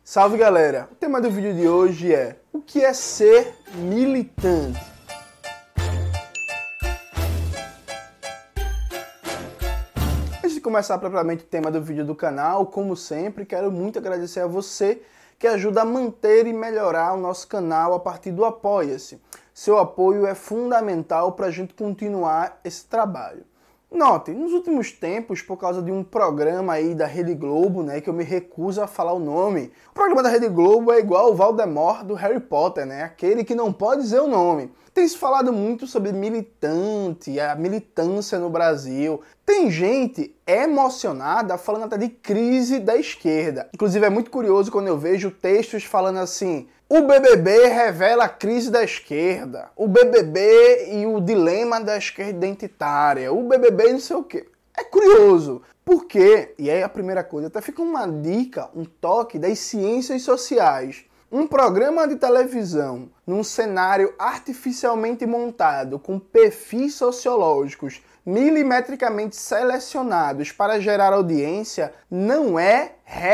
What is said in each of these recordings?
Salve galera! O tema do vídeo de hoje é: o que é ser militante? Antes de começar propriamente o tema do vídeo do canal, como sempre, quero muito agradecer a você que ajuda a manter e melhorar o nosso canal a partir do Apoia-se. Seu apoio é fundamental para a gente continuar esse trabalho. Note, nos últimos tempos, por causa de um programa aí da Rede Globo, que eu me recuso a falar o nome, o programa da Rede Globo é igual o Voldemort do Harry Potter, aquele que não pode dizer o nome. Tem se falado muito sobre militante, a militância no Brasil. Tem gente emocionada falando até de crise da esquerda. Inclusive é muito curioso quando eu vejo textos falando assim: o BBB revela a crise da esquerda, o BBB e o dilema da esquerda identitária, o BBB não sei o quê. É curioso. Por quê? E aí a primeira coisa, até fica uma dica, um toque das ciências sociais. Um programa de televisão num cenário artificialmente montado com perfis sociológicos milimetricamente selecionados para gerar audiência não é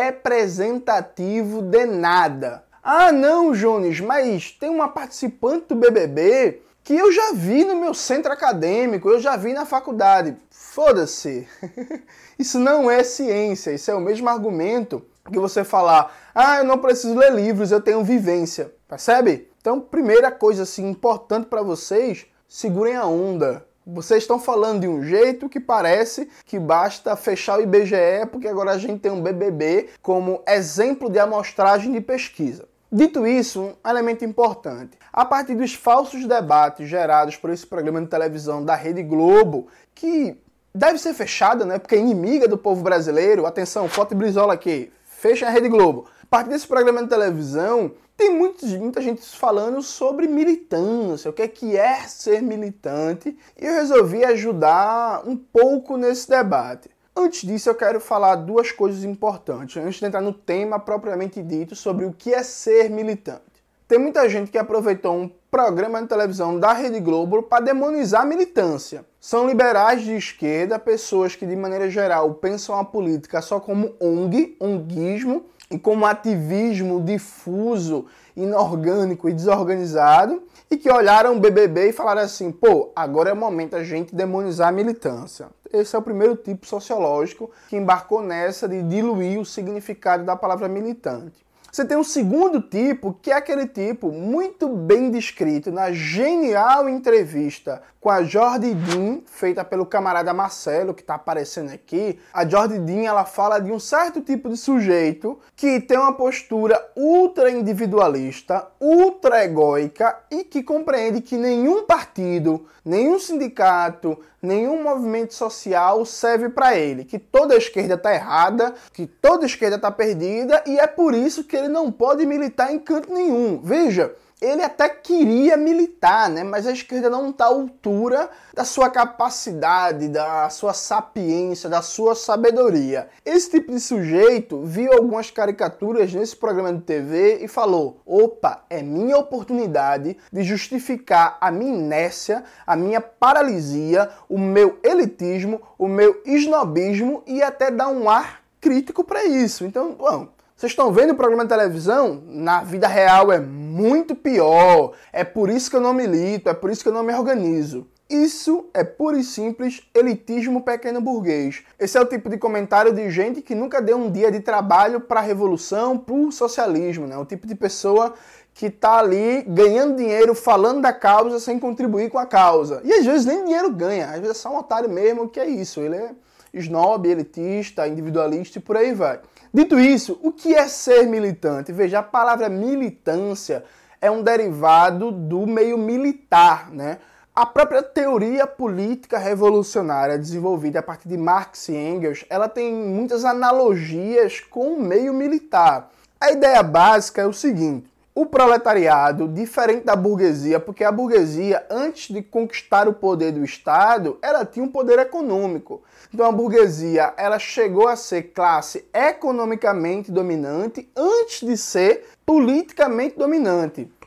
representativo de nada. Ah não, Jones, mas tem uma participante do BBB que eu já vi no meu centro acadêmico, eu já vi na faculdade. Foda-se. Isso não é ciência, isso é o mesmo argumento que você falar: ah, eu não preciso ler livros, eu tenho vivência. Percebe? Então, primeira coisa assim, importante para vocês, segurem a onda. Vocês estão falando de um jeito que parece que basta fechar o IBGE porque agora a gente tem um BBB como exemplo de amostragem de pesquisa. Dito isso, um elemento importante. A partir dos falsos debates gerados por esse programa de televisão da Rede Globo, que deve ser fechada, porque é inimiga do povo brasileiro. Atenção, foto e brisola aqui. Fechem a Rede Globo. A partir desse programa de televisão, tem muita gente falando sobre militância, o que é ser militante, e eu resolvi ajudar um pouco nesse debate. Antes disso, eu quero falar duas coisas importantes, antes de entrar no tema propriamente dito sobre o que é ser militante. Tem muita gente que aproveitou um programa de televisão da Rede Globo para demonizar a militância. São liberais de esquerda, pessoas que de maneira geral pensam a política só como ONG, onguismo, e como ativismo difuso, inorgânico e desorganizado, e que olharam o BBB e falaram assim: pô, agora é o momento da gente demonizar a militância. Esse é o primeiro tipo sociológico que embarcou nessa de diluir o significado da palavra militante. Você tem um segundo tipo, que é aquele tipo muito bem descrito na genial entrevista com a Jordi Dean, feita pelo camarada Marcelo, que está aparecendo aqui. A Jordi Dean, ela fala de um certo tipo de sujeito que tem uma postura ultra individualista, ultra egóica e que compreende que nenhum partido, nenhum sindicato, nenhum movimento social serve para ele, que toda a esquerda está errada, que toda a esquerda está perdida e é por isso que ele não pode militar em canto nenhum. Veja, ele até queria militar, mas a esquerda não está à altura da sua capacidade, da sua sapiência, da sua sabedoria. Esse tipo de sujeito viu algumas caricaturas nesse programa de TV e falou: opa, é minha oportunidade de justificar a minha inércia, a minha paralisia, o meu elitismo, o meu snobismo e até dar um ar crítico para isso. Então, bom, vocês estão vendo o programa de televisão? Na vida real é muito pior. É por isso que eu não milito, é por isso que eu não me organizo. Isso é puro e simples elitismo pequeno burguês. Esse é o tipo de comentário de gente que nunca deu um dia de trabalho para a revolução, para o socialismo. O tipo de pessoa que está ali ganhando dinheiro, falando da causa sem contribuir com a causa. E às vezes nem dinheiro ganha, às vezes é só um otário mesmo, que é isso. Ele é snob, elitista, individualista e por aí vai. Dito isso, o que é ser militante? Veja, a palavra militância é um derivado do meio militar, A própria teoria política revolucionária desenvolvida a partir de Marx e Engels, ela tem muitas analogias com o meio militar. A ideia básica é o seguinte: o proletariado, diferente da burguesia, porque a burguesia, antes de conquistar o poder do Estado, ela tinha um poder econômico. Então a burguesia, ela chegou a ser classe economicamente dominante antes de ser politicamente dominante.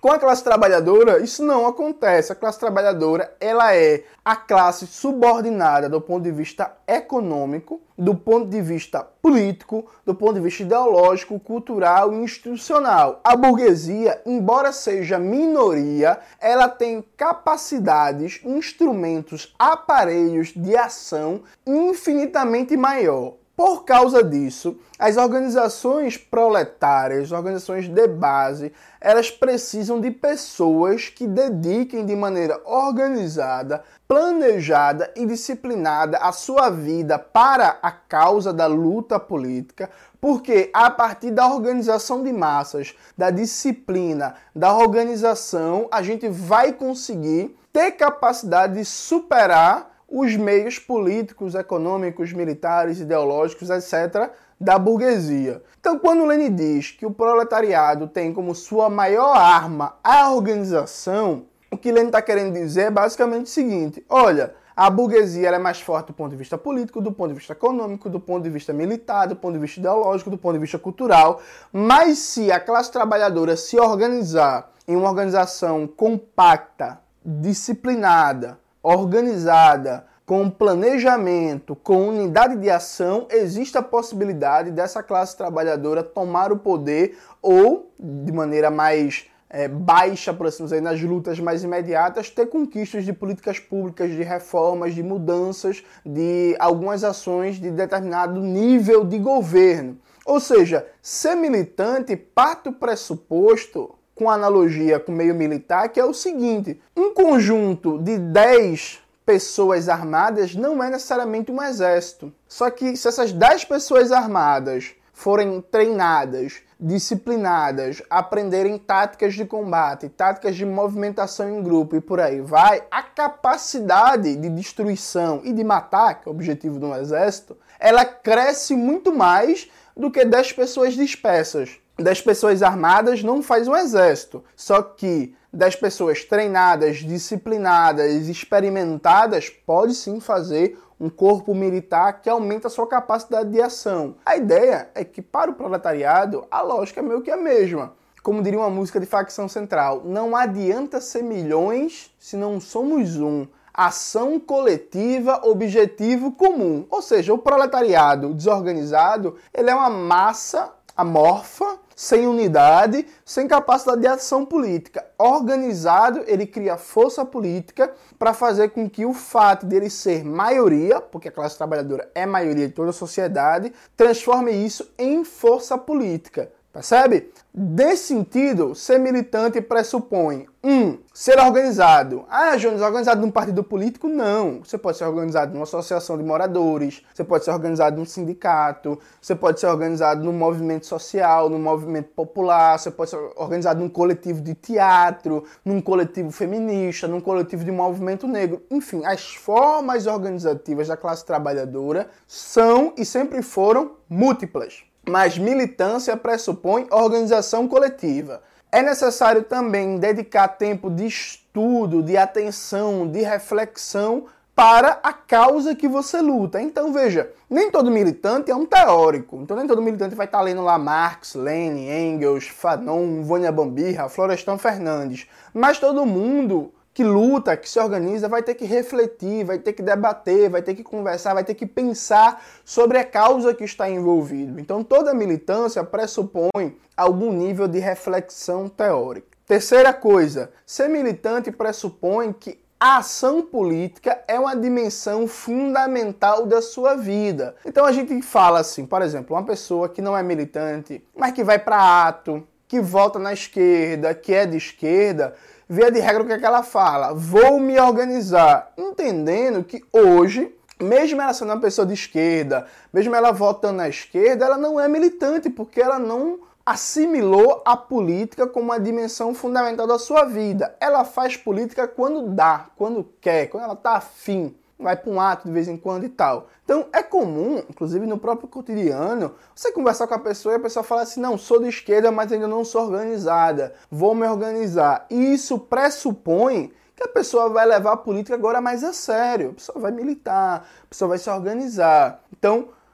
Com a classe trabalhadora, isso não acontece. A classe trabalhadora, ela é a classe subordinada do ponto de vista econômico, do ponto de vista político, do ponto de vista ideológico, cultural e institucional. A burguesia, embora seja minoria, ela tem capacidades, instrumentos, aparelhos de ação infinitamente maior. Por causa disso, as organizações proletárias, organizações de base, elas precisam de pessoas que dediquem de maneira organizada, planejada e disciplinada a sua vida para a causa da luta política, porque a partir da organização de massas, da disciplina, da organização, a gente vai conseguir ter capacidade de superar os meios políticos, econômicos, militares, ideológicos, etc., da burguesia. Então, quando Lenin diz que o proletariado tem como sua maior arma a organização, o que Lenin está querendo dizer é basicamente o seguinte: olha, a burguesia ela é mais forte do ponto de vista político, do ponto de vista econômico, do ponto de vista militar, do ponto de vista ideológico, do ponto de vista cultural, mas se a classe trabalhadora se organizar em uma organização compacta, disciplinada, organizada, com planejamento, com unidade de ação, existe a possibilidade dessa classe trabalhadora tomar o poder ou, de maneira mais baixa, por assim dizer, nas lutas mais imediatas, ter conquistas de políticas públicas, de reformas, de mudanças, de algumas ações de determinado nível de governo. Ou seja, ser militante parte do pressuposto, com analogia com o meio militar, que é o seguinte: um conjunto de 10 pessoas armadas não é necessariamente um exército. Só que se essas 10 pessoas armadas forem treinadas, disciplinadas, aprenderem táticas de combate, táticas de movimentação em grupo e por aí vai, a capacidade de destruição e de matar, que é o objetivo de um exército, ela cresce muito mais do que 10 pessoas dispersas. 10 pessoas armadas não faz um exército, só que 10 pessoas treinadas, disciplinadas, experimentadas, pode sim fazer um corpo militar que aumenta a sua capacidade de ação. A ideia é que para o proletariado a lógica é meio que a mesma. Como diria uma música de Facção Central, não adianta ser milhões se não somos um. Ação coletiva, objetivo comum. Ou seja, o proletariado desorganizado, ele é uma massa amorfa, sem unidade, sem capacidade de ação política. Organizado, ele cria força política para fazer com que o fato dele ser maioria, porque a classe trabalhadora é maioria de toda a sociedade, transforme isso em força política. Percebe? Nesse sentido, ser militante pressupõe ser organizado. Ah, Jones, organizado num partido político? Não. Você pode ser organizado numa associação de moradores, você pode ser organizado num sindicato, você pode ser organizado num movimento social, num movimento popular, você pode ser organizado num coletivo de teatro, num coletivo feminista, num coletivo de movimento negro. Enfim, as formas organizativas da classe trabalhadora são e sempre foram múltiplas. Mas militância pressupõe organização coletiva. É necessário também dedicar tempo de estudo, de atenção, de reflexão para a causa que você luta. Então, veja, nem todo militante é um teórico. Então, nem todo militante vai estar lendo lá Marx, Lenin, Engels, Fanon, Vânia Bambirra, Florestan Fernandes. Mas todo mundo que luta, que se organiza, vai ter que refletir, vai ter que debater, vai ter que conversar, vai ter que pensar sobre a causa que está envolvido. Então, toda militância pressupõe algum nível de reflexão teórica. Terceira coisa, ser militante pressupõe que a ação política é uma dimensão fundamental da sua vida. Então, a gente fala assim, por exemplo, uma pessoa que não é militante, mas que vai para ato, que vota na esquerda, que é de esquerda, via de regra o que é que ela fala? Vou me organizar, entendendo que hoje, mesmo ela sendo uma pessoa de esquerda, mesmo ela votando na esquerda, ela não é militante, porque ela não assimilou a política como uma dimensão fundamental da sua vida. Ela faz política quando dá, quando quer, quando ela está afim. Vai para um ato de vez em quando e tal. Então é comum, inclusive no próprio cotidiano, você conversar com a pessoa e a pessoa fala assim, não, sou de esquerda, mas ainda não sou organizada, vou me organizar. E isso pressupõe que a pessoa vai levar a política agora mais a sério, a pessoa vai militar, a pessoa vai se organizar. Então,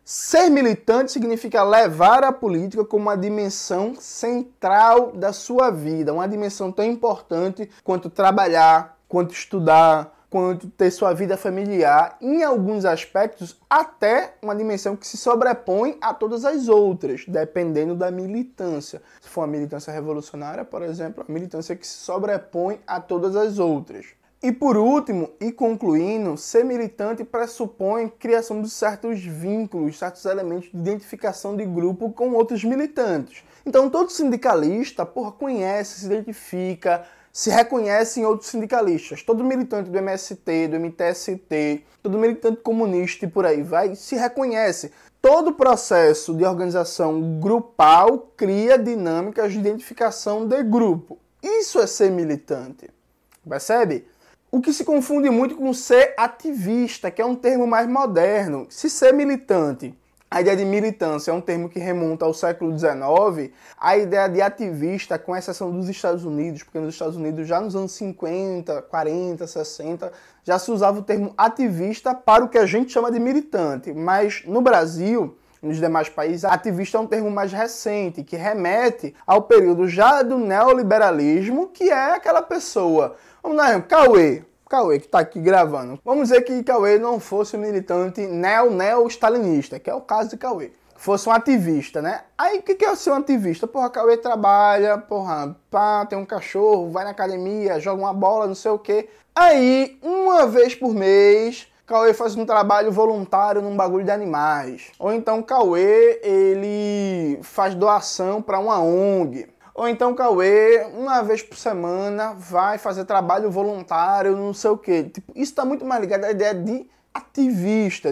Ser militante significa levar a política como uma dimensão central da sua vida, uma dimensão tão importante quanto trabalhar, quanto estudar, quanto ter sua vida familiar, em alguns aspectos até uma dimensão que se sobrepõe a todas as outras, dependendo da militância. Se for uma militância revolucionária, por exemplo, a militância que se sobrepõe a todas as outras. E por último, e concluindo, ser militante pressupõe criação de certos vínculos, certos elementos de identificação de grupo com outros militantes. Então todo sindicalista, conhece, se identifica, se reconhece em outros sindicalistas. Todo militante do MST, do MTST, todo militante comunista e por aí vai, se reconhece. Todo processo de organização grupal cria dinâmicas de identificação de grupo. Isso é ser militante. Percebe? O que se confunde muito com ser ativista, que é um termo mais moderno. Se ser militante, a ideia de militância é um termo que remonta ao século XIX, a ideia de ativista, com exceção dos Estados Unidos, porque nos Estados Unidos já nos anos 50, 40, 60, já se usava o termo ativista para o que a gente chama de militante. Mas no Brasil, nos demais países, ativista é um termo mais recente, que remete ao período já do neoliberalismo, que é aquela pessoa... Vamos lá, Cauê que está aqui gravando. Vamos dizer que Cauê não fosse um militante neo-stalinista, que é o caso de Cauê. Fosse um ativista, né? Aí, o que é ser um ativista? Cauê trabalha, tem um cachorro, vai na academia, joga uma bola, não sei o quê. Aí, uma vez por mês... Cauê faz um trabalho voluntário num bagulho de animais. Ou então Cauê, ele faz doação para uma ONG. Ou então Cauê, uma vez por semana, vai fazer trabalho voluntário, não sei o quê. Isso está muito mais ligado à ideia de ativista,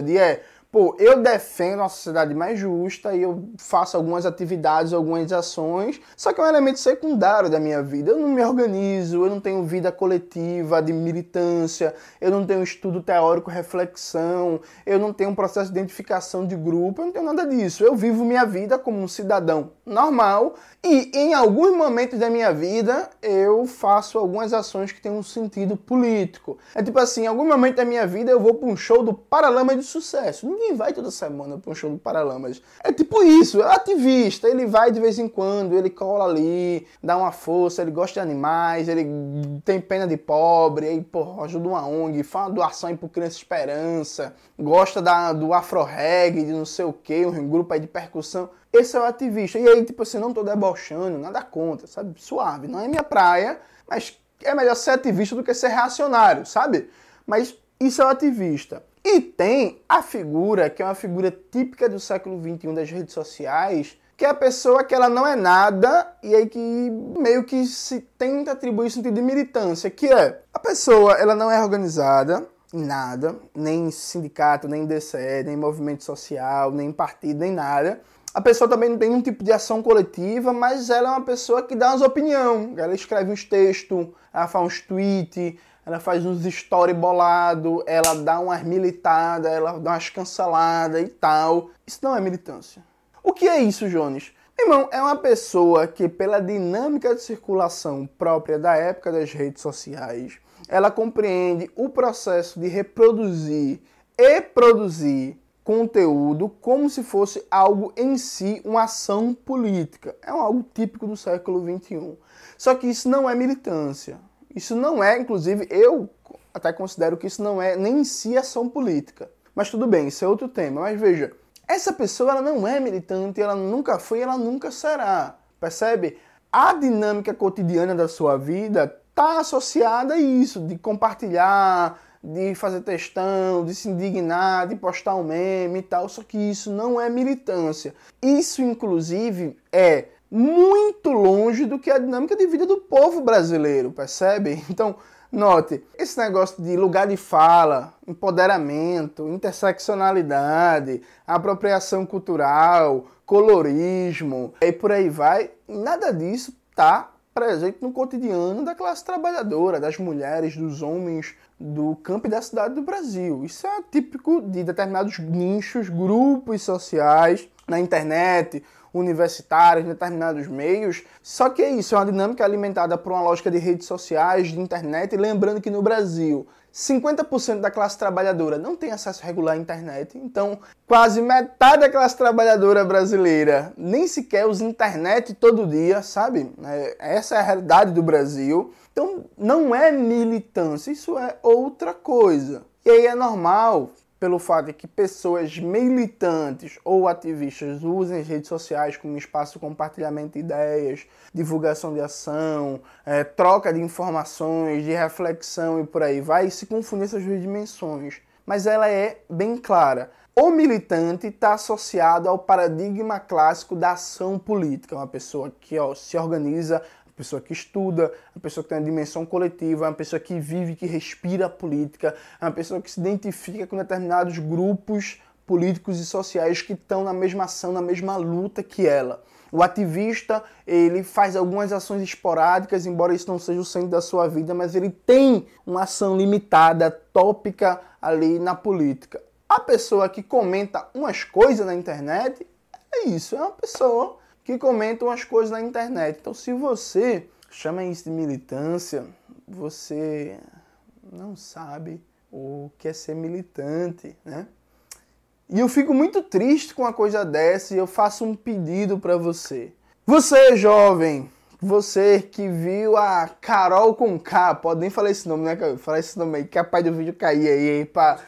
eu defendo uma sociedade mais justa e eu faço algumas atividades, algumas ações, só que é um elemento secundário da minha vida. Eu não me organizo, eu não tenho vida coletiva de militância, eu não tenho estudo teórico, reflexão, eu não tenho um processo de identificação de grupo, eu não tenho nada disso. Eu vivo minha vida como um cidadão normal e em alguns momentos da minha vida eu faço algumas ações que têm um sentido político. Em algum momento da minha vida eu vou para um show do Paralamas de Sucesso. Ninguém vai toda semana para um show do Paralamas. É isso, é ativista, ele vai de vez em quando, ele cola ali, dá uma força, ele gosta de animais, ele tem pena de pobre, aí, ajuda uma ONG, faz uma doação aí pro Criança Esperança, gosta do Afro-Reggae, de não sei o quê, um grupo aí de percussão. Esse é o ativista. E aí, não tô debochando, nada contra, sabe? Suave, não é minha praia, mas é melhor ser ativista do que ser reacionário, sabe? Mas isso é o ativista. E tem a figura, que é uma figura típica do século XXI das redes sociais, que é a pessoa que ela não é nada e aí que meio que se tenta atribuir o sentido de militância, que é a pessoa, ela não é organizada em nada, nem em sindicato, nem em DCE, nem em movimento social, nem em partido, nem nada. A pessoa também não tem nenhum tipo de ação coletiva, mas ela é uma pessoa que dá umas opiniões. Ela escreve uns textos, ela faz uns tweets, ela faz uns story bolado, ela dá umas militadas, ela dá umas canceladas e tal. Isso não é militância. O que é isso, Jones? Meu irmão, é uma pessoa que, pela dinâmica de circulação própria da época das redes sociais, ela compreende o processo de reproduzir e produzir conteúdo como se fosse algo em si, uma ação política. É algo típico do século XXI. Só que isso não é militância. Isso não é, inclusive, eu até considero que isso não é nem em si ação política. Mas tudo bem, isso é outro tema. Mas veja, essa pessoa ela não é militante, ela nunca foi, ela nunca será. Percebe? A dinâmica cotidiana da sua vida está associada a isso, de compartilhar, de fazer textão, de se indignar, de postar um meme e tal. Só que isso não é militância. Isso, inclusive, é muito longe do que a dinâmica de vida do povo brasileiro, percebe? Então, note, esse negócio de lugar de fala, empoderamento, interseccionalidade, apropriação cultural, colorismo, e por aí vai, nada disso está presente no cotidiano da classe trabalhadora, das mulheres, dos homens, do campo e da cidade do Brasil. Isso é típico de determinados nichos, grupos sociais, na internet, universitárias, em determinados meios. Só que é isso, é uma dinâmica alimentada por uma lógica de redes sociais, de internet, e lembrando que no Brasil 50% da classe trabalhadora não tem acesso regular à internet, então quase metade da classe trabalhadora brasileira nem sequer usa internet todo dia, sabe? Essa é a realidade do Brasil. Então não é militância, isso é outra coisa. E aí é normal, pelo fato de que pessoas militantes ou ativistas usem as redes sociais como espaço de compartilhamento de ideias, divulgação de ação, troca de informações, de reflexão e por aí vai, e se confundir essas duas dimensões. Mas ela é bem clara. O militante está associado ao paradigma clássico da ação política, uma pessoa que se organiza, uma pessoa que estuda, uma pessoa que tem uma dimensão coletiva, uma pessoa que vive, que respira a política, uma pessoa que se identifica com determinados grupos políticos e sociais que estão na mesma ação, na mesma luta que ela. O ativista, ele faz algumas ações esporádicas, embora isso não seja o centro da sua vida, mas ele tem uma ação limitada, tópica ali na política. A pessoa que comenta umas coisas na internet, é isso, é uma pessoa que comenta umas coisas na internet. Então, se você chama isso de militância, você não sabe o que é ser militante, né? E eu fico muito triste com uma coisa dessa e eu faço um pedido para você. Você, jovem, você que viu a Carol Conká, pode nem falar esse nome, né, cara? Falar esse nome aí, capaz do vídeo cair aí, pá.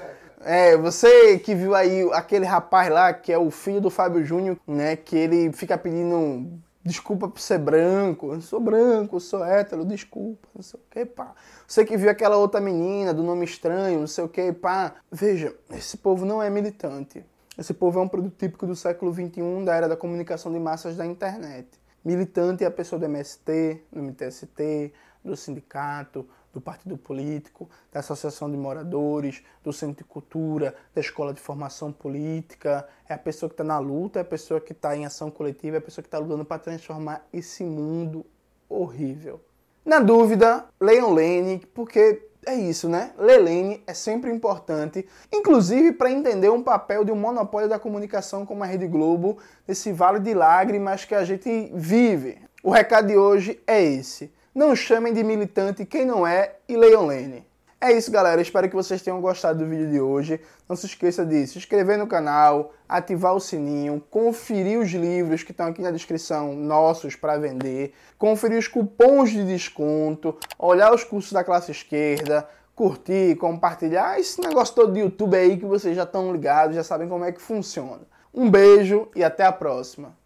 Você que viu aí aquele rapaz lá, que é o filho do Fábio Júnior, né, que ele fica pedindo desculpa por ser branco, eu sou branco, eu sou hétero, desculpa, não sei o que, pá. Você que viu aquela outra menina do nome estranho, não sei o que, pá. Veja, esse povo não é militante. Esse povo é um produto típico do século XXI, da era da comunicação de massas da internet. Militante é a pessoa do MST, do MTST, do sindicato, do partido político, da associação de moradores, do centro de cultura, da escola de formação política. É a pessoa que está na luta, é a pessoa que está em ação coletiva, é a pessoa que está lutando para transformar esse mundo horrível. Na dúvida, leiam Lênin, porque é isso, né? Ler Lênin é sempre importante, inclusive para entender um papel de um monopólio da comunicação como a Rede Globo, nesse vale de lágrimas que a gente vive. O recado de hoje é esse. Não chamem de militante quem não é e leiam Lênin. É isso, galera. Espero que vocês tenham gostado do vídeo de hoje. Não se esqueça de se inscrever no canal, ativar o sininho, conferir os livros que estão aqui na descrição nossos para vender, conferir os cupons de desconto, olhar os cursos da classe esquerda, curtir, compartilhar esse negócio todo do YouTube aí que vocês já estão ligados, já sabem como é que funciona. Um beijo e até a próxima.